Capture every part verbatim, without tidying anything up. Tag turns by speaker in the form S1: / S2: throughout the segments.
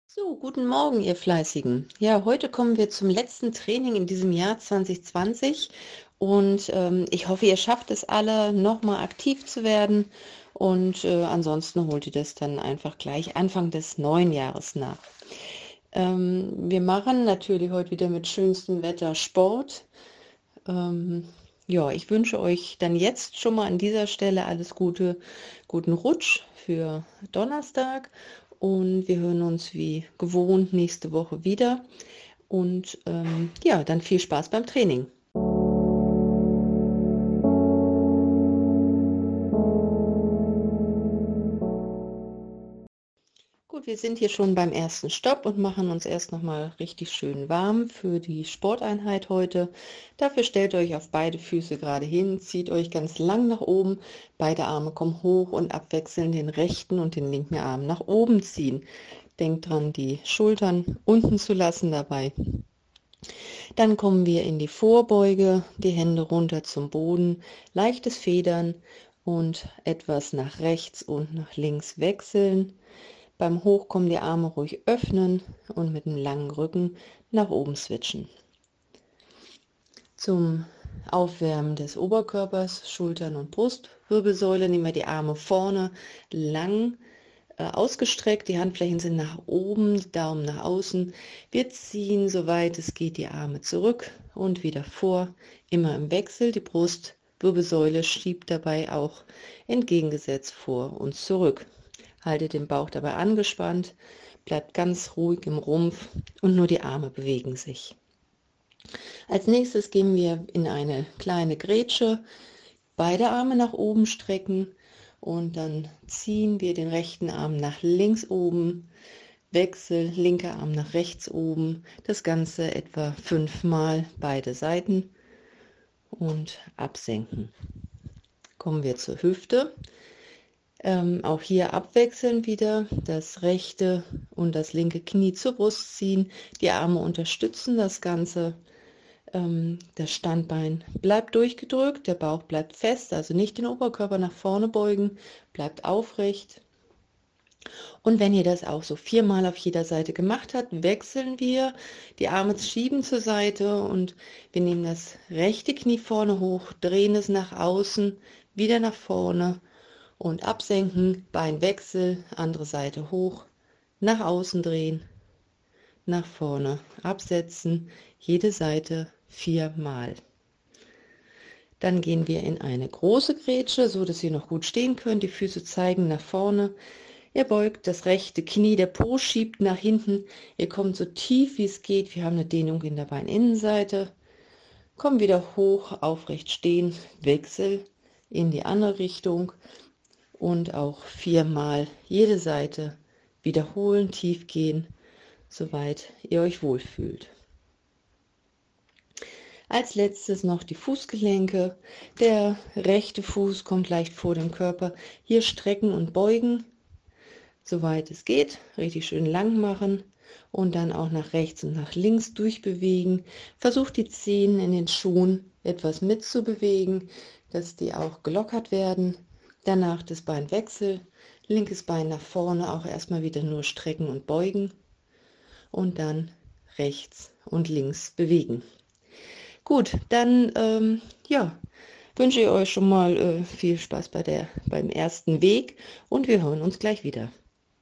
S1: So, guten Morgen, ihr Fleißigen. Ja, heute kommen wir zum letzten Training in diesem Jahr zwanzig zwanzig und ähm, ich hoffe, ihr schafft es alle, nochmal aktiv zu werden und äh, ansonsten holt ihr das dann einfach gleich Anfang des neuen Jahres nach. Ähm, wir machen natürlich heute wieder mit schönstem Wetter Sport. Ähm, ja, ich wünsche euch dann jetzt schon mal an dieser Stelle alles Gute, guten Rutsch für Donnerstag und wir hören uns wie gewohnt nächste Woche wieder und ähm, ja, dann viel Spaß beim Training. Gut, wir sind hier schon beim ersten Stopp und machen uns erst noch mal richtig schön warm für die Sporteinheit heute. Dafür stellt euch auf beide Füße gerade hin, zieht euch ganz lang nach oben, beide Arme kommen hoch und abwechselnd den rechten und den linken Arm nach oben ziehen. Denkt dran, die Schultern unten zu lassen dabei. Dann kommen wir in die Vorbeuge, die Hände runter zum Boden, leichtes Federn und etwas nach rechts und nach links wechseln. Beim Hochkommen die Arme ruhig öffnen und mit einem langen Rücken nach oben switchen. Zum Aufwärmen des Oberkörpers, Schultern und Brustwirbelsäule nehmen wir die Arme vorne lang äh, ausgestreckt, die Handflächen sind nach oben, die Daumen nach außen. Wir ziehen, soweit es geht, die Arme zurück und wieder vor, immer im Wechsel. Die Brustwirbelsäule schiebt dabei auch entgegengesetzt vor und zurück. Haltet den Bauch dabei angespannt, bleibt ganz ruhig im Rumpf und nur die Arme bewegen sich. Als nächstes gehen wir in eine kleine Grätsche, beide Arme nach oben strecken und dann ziehen wir den rechten Arm nach links oben, Wechsel, linker Arm nach rechts oben, das Ganze etwa fünfmal beide Seiten und absenken. Kommen wir zur Hüfte. Ähm, auch hier abwechselnd wieder das rechte und das linke Knie zur Brust ziehen, die Arme unterstützen das Ganze. Ähm, das Standbein bleibt durchgedrückt, der Bauch bleibt fest, also nicht den Oberkörper nach vorne beugen, bleibt aufrecht. Und wenn ihr das auch so viermal auf jeder Seite gemacht habt, wechseln wir, die Arme schieben zur Seite und wir nehmen das rechte Knie vorne hoch, drehen es nach außen, wieder nach vorne und absenken, Beinwechsel, andere Seite hoch, nach außen drehen, nach vorne, absetzen, jede Seite viermal. Dann gehen wir in eine große Grätsche, so dass ihr noch gut stehen könnt, die Füße zeigen nach vorne. Ihr beugt das rechte Knie, der Po schiebt nach hinten, ihr kommt so tief wie es geht, wir haben eine Dehnung in der Beininnenseite. Kommt wieder hoch, aufrecht stehen, Wechsel in die andere Richtung. Und auch viermal jede Seite wiederholen, tief gehen, soweit ihr euch wohlfühlt. Als letztes noch die Fußgelenke. Der rechte Fuß kommt leicht vor dem Körper. Hier strecken und beugen, soweit es geht. Richtig schön lang machen und dann auch nach rechts und nach links durchbewegen. Versucht die Zehen in den Schuhen etwas mitzubewegen, dass die auch gelockert werden. Danach das Beinwechsel, linkes Bein nach vorne, auch erstmal wieder nur strecken und beugen und dann rechts und links bewegen. Gut, dann ähm, ja, wünsche ich euch schon mal äh, viel Spaß bei der, beim ersten Weg und wir hören uns gleich wieder.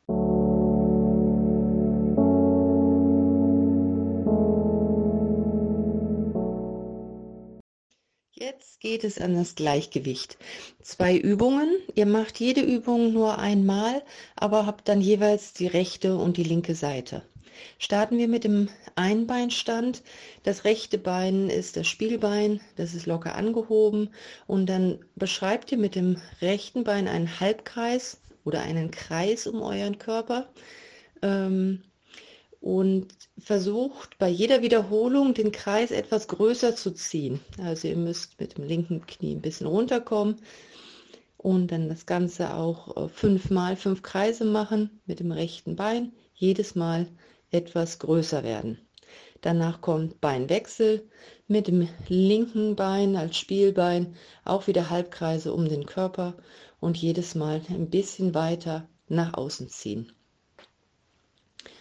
S1: Jetzt geht es an das Gleichgewicht. Zwei Übungen. Ihr macht jede Übung nur einmal, aber habt dann jeweils die rechte und die linke Seite. Starten wir mit dem Einbeinstand. Das rechte Bein ist das Spielbein, das ist locker angehoben und dann beschreibt ihr mit dem rechten Bein einen Halbkreis oder einen Kreis um euren Körper. Ähm, und versucht bei jeder Wiederholung den Kreis etwas größer zu ziehen. Also ihr müsst mit dem linken Knie ein bisschen runterkommen und dann das Ganze auch fünfmal fünf Kreise machen mit dem rechten Bein, jedes Mal etwas größer werden. Danach kommt Beinwechsel mit dem linken Bein als Spielbein, auch wieder Halbkreise um den Körper und jedes Mal ein bisschen weiter nach außen ziehen.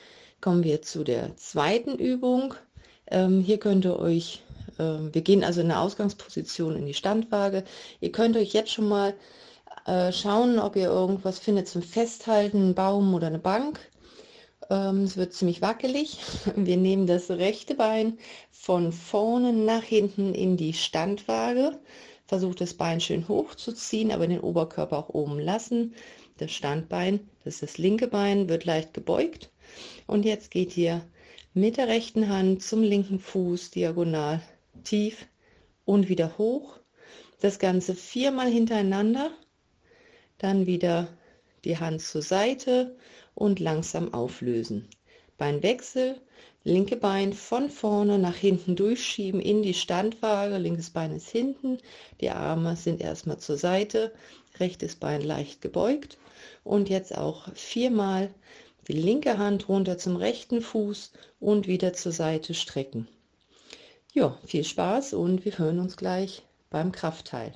S1: kommen wir zu der zweiten Übung. Ähm, hier könnt ihr euch, äh, wir gehen also in der Ausgangsposition in die Standwaage. Ihr könnt euch jetzt schon mal äh, schauen, ob ihr irgendwas findet zum Festhalten, einen Baum oder eine Bank. Ähm, es wird ziemlich wackelig. Wir nehmen das rechte Bein von vorne nach hinten in die Standwaage. Versucht das Bein schön hochzuziehen, aber den Oberkörper auch oben lassen. Das Standbein, das ist das linke Bein, wird leicht gebeugt. Und jetzt geht ihr mit der rechten Hand zum linken Fuß diagonal tief und wieder hoch. Das Ganze viermal hintereinander. Dann wieder die Hand zur Seite und langsam auflösen. Beinwechsel, linke Bein von vorne nach hinten durchschieben in die Standwaage, linkes Bein ist hinten, die Arme sind erstmal zur Seite, rechtes Bein leicht gebeugt und jetzt auch viermal die linke Hand runter zum rechten Fuß und wieder zur Seite strecken. Ja, viel Spaß und wir hören uns gleich beim Kraftteil.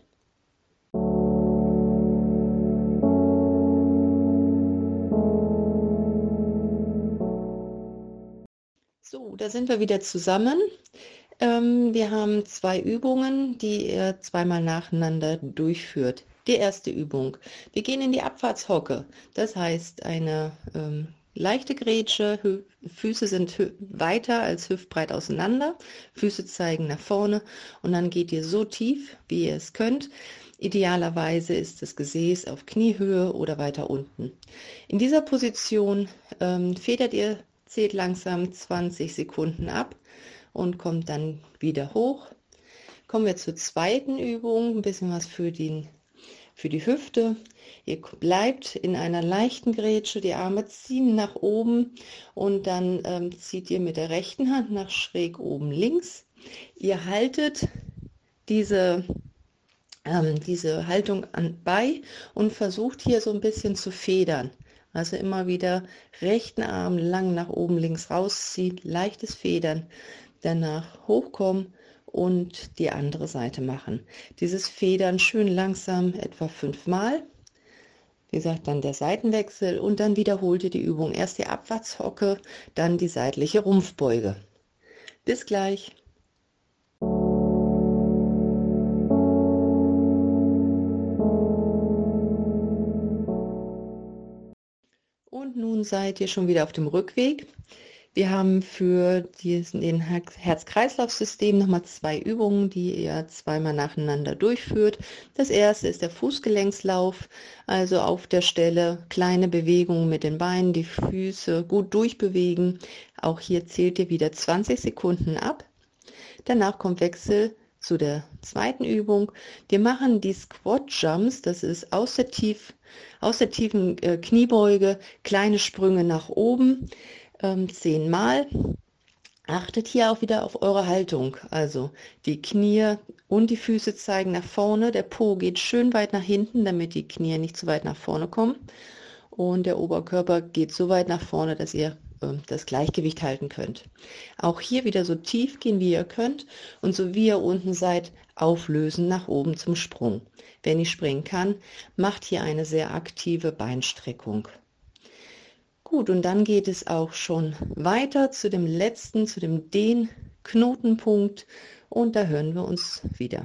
S1: So, da sind wir wieder zusammen. Ähm, wir haben zwei Übungen, die ihr zweimal nacheinander durchführt. Die erste Übung. Wir gehen in die Abfahrtshocke. Das heißt, eine ähm, leichte Grätsche, Hü Füße sind weiter als hüftbreit auseinander, Füße zeigen nach vorne und dann geht ihr so tief, wie ihr es könnt. Idealerweise ist das Gesäß auf Kniehöhe oder weiter unten. In dieser Position ähm, federt ihr, zählt langsam zwanzig Sekunden ab und kommt dann wieder hoch. Kommen wir zur zweiten Übung, ein bisschen was für, den, für die Hüfte. Ihr bleibt in einer leichten Grätsche, die Arme ziehen nach oben und dann ähm, zieht ihr mit der rechten Hand nach schräg oben links. Ihr haltet diese, ähm, diese Haltung an, bei und versucht hier so ein bisschen zu federn. Also immer wieder rechten Arm lang nach oben links rausziehen, leichtes Federn, danach hochkommen und die andere Seite machen. Dieses Federn schön langsam, etwa fünfmal. Wie gesagt, dann der Seitenwechsel und dann wiederholt ihr die Übung. Erst die Abwärtshocke, dann die seitliche Rumpfbeuge. Bis gleich. Und nun seid ihr schon wieder auf dem Rückweg. Wir haben für diesen, den Herz-Kreislauf-System nochmal zwei Übungen, die ihr zweimal nacheinander durchführt. Das erste ist der Fußgelenkslauf, also auf der Stelle kleine Bewegungen mit den Beinen, die Füße gut durchbewegen. Auch hier zählt ihr wieder zwanzig Sekunden ab. Danach kommt Wechsel zu der zweiten Übung. Wir machen die Squat Jumps, das ist aus der, tief, aus der tiefen äh, Kniebeuge, kleine Sprünge nach oben. Zehnmal. Achtet hier auch wieder auf eure Haltung, also die Knie und die Füße zeigen nach vorne, der Po geht schön weit nach hinten, damit die Knie nicht zu weit nach vorne kommen und der Oberkörper geht so weit nach vorne, dass ihr äh, das Gleichgewicht halten könnt. Auch hier wieder so tief gehen, wie ihr könnt und so wie ihr unten seid, auflösen nach oben zum Sprung. Wenn ich springen kann, macht hier eine sehr aktive Beinstreckung. Gut, und dann geht es auch schon weiter zu dem letzten, zu dem Dehn-Knotenpunkt und da hören wir uns wieder.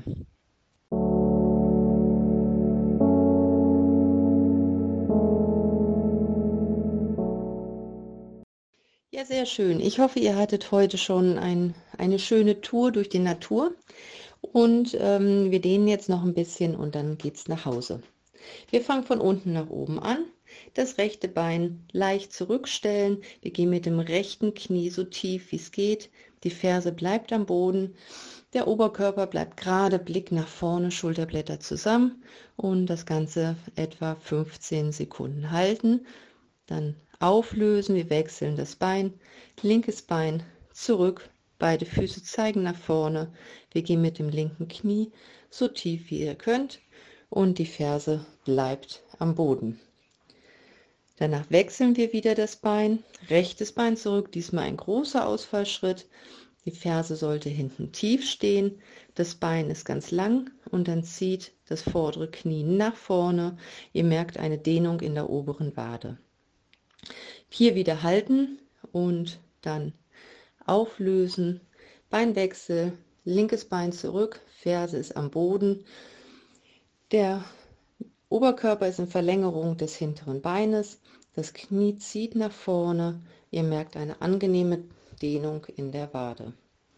S1: Ja, sehr schön. Ich hoffe, ihr hattet heute schon ein, eine schöne Tour durch die Natur und ähm, wir dehnen jetzt noch ein bisschen und dann geht's nach Hause. Wir fangen von unten nach oben an. Das rechte Bein leicht zurückstellen. Wir gehen mit dem rechten Knie so tief wie es geht. Die Ferse bleibt am Boden. Der Oberkörper bleibt gerade, Blick nach vorne, Schulterblätter zusammen und das Ganze etwa fünfzehn Sekunden halten. Dann auflösen. Wir wechseln das Bein. Linkes Bein zurück. Beide Füße zeigen nach vorne. Wir gehen mit dem linken Knie so tief wie ihr könnt und die Ferse bleibt am Boden. Danach wechseln wir wieder das Bein, rechtes Bein zurück, diesmal ein großer Ausfallschritt. Die Ferse sollte hinten tief stehen, das Bein ist ganz lang und dann zieht das vordere Knie nach vorne. Ihr merkt eine Dehnung in der oberen Wade. Hier wieder halten und dann auflösen, Beinwechsel, linkes Bein zurück, Ferse ist am Boden, der Oberkörper ist in Verlängerung des hinteren Beines, das Knie zieht nach vorne, ihr merkt eine angenehme Dehnung in der Wade.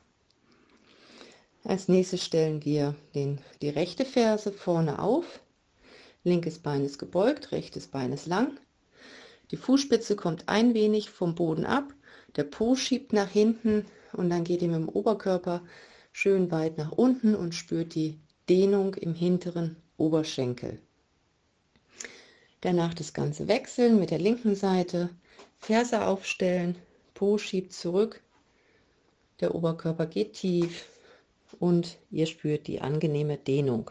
S1: Als nächstes stellen wir den, die rechte Ferse vorne auf, linkes Bein ist gebeugt, rechtes Bein ist lang, die Fußspitze kommt ein wenig vom Boden ab, der Po schiebt nach hinten und dann geht ihr mit dem Oberkörper schön weit nach unten und spürt die Dehnung im hinteren Oberschenkel. Danach das Ganze wechseln mit der linken Seite, Ferse aufstellen, Po schiebt zurück, der Oberkörper geht tief und ihr spürt die angenehme Dehnung.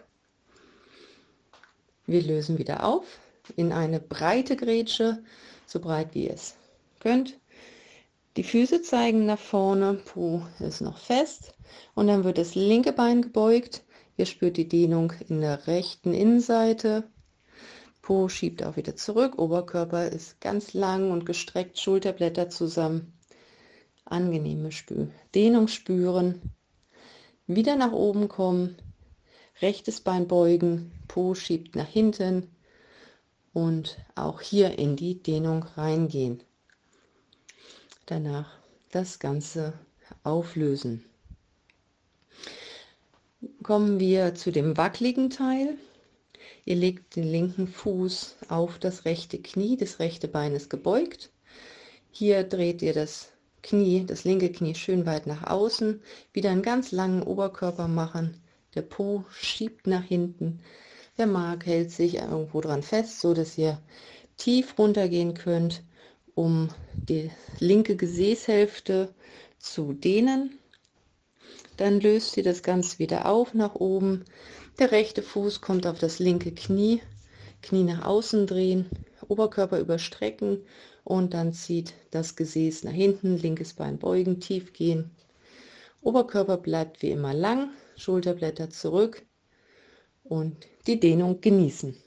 S1: Wir lösen wieder auf in eine breite Grätsche, so breit wie ihr es könnt. Die Füße zeigen nach vorne, Po ist noch fest und dann wird das linke Bein gebeugt. Ihr spürt die Dehnung in der rechten Innenseite. Po schiebt auch wieder zurück, Oberkörper ist ganz lang und gestreckt, Schulterblätter zusammen. Angenehme Spür Dehnung spüren. Wieder nach oben kommen, rechtes Bein beugen, Po schiebt nach hinten und auch hier in die Dehnung reingehen. Danach das Ganze auflösen. Kommen wir zu dem wackeligen Teil. Ihr legt den linken Fuß auf das rechte Knie, das rechte Bein ist gebeugt. Hier dreht ihr das Knie, das linke Knie schön weit nach außen, wieder einen ganz langen Oberkörper machen. Der Po schiebt nach hinten. Wer mag, hält sich irgendwo dran fest, so dass ihr tief runtergehen könnt, um die linke Gesäßhälfte zu dehnen. Dann löst ihr das Ganze wieder auf nach oben. Der rechte Fuß kommt auf das linke Knie, Knie nach außen drehen, Oberkörper überstrecken und dann zieht das Gesäß nach hinten, linkes Bein beugen, tief gehen. Oberkörper bleibt wie immer lang, Schulterblätter zurück und die Dehnung genießen.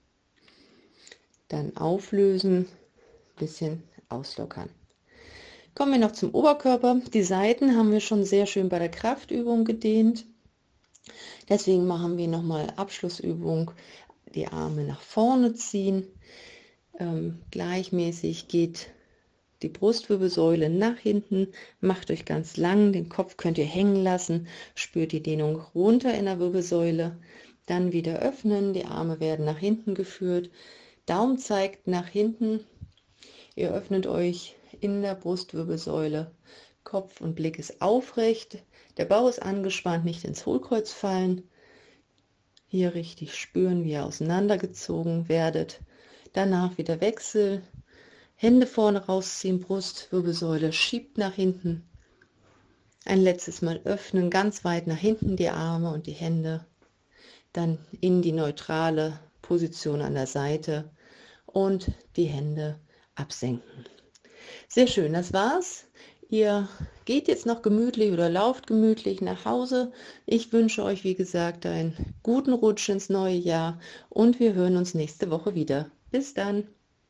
S1: Dann auflösen, bisschen auslockern. Kommen wir noch zum Oberkörper. Die Seiten haben wir schon sehr schön bei der Kraftübung gedehnt. Deswegen machen wir nochmal Abschlussübung, die Arme nach vorne ziehen. Ähm, gleichmäßig geht die Brustwirbelsäule nach hinten, macht euch ganz lang, den Kopf könnt ihr hängen lassen, spürt die Dehnung runter in der Wirbelsäule, dann wieder öffnen, die Arme werden nach hinten geführt, Daumen zeigt nach hinten, ihr öffnet euch in der Brustwirbelsäule, Kopf und Blick ist aufrecht, der Bauch ist angespannt, nicht ins Hohlkreuz fallen. Hier richtig spüren, wie ihr auseinandergezogen werdet. Danach wieder Wechsel, Hände vorne rausziehen, Brustwirbelsäule schiebt nach hinten. Ein letztes Mal öffnen, ganz weit nach hinten die Arme und die Hände. Dann in die neutrale Position an der Seite und die Hände absenken. Sehr schön, das war's. Ihr geht jetzt noch gemütlich oder lauft gemütlich nach Hause. Ich wünsche euch, wie gesagt, einen guten Rutsch ins neue Jahr und wir hören uns nächste Woche wieder. Bis dann!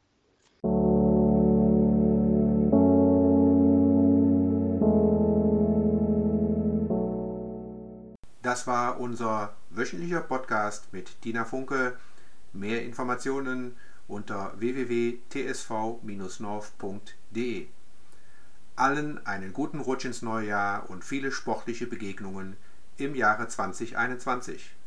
S2: Das war unser wöchentlicher Podcast mit Tina Funke. Mehr Informationen unter w w w punkt t s v Bindestrich north punkt d e. Allen einen guten Rutsch ins neue Jahr und viele sportliche Begegnungen im Jahre zwanzig einundzwanzig.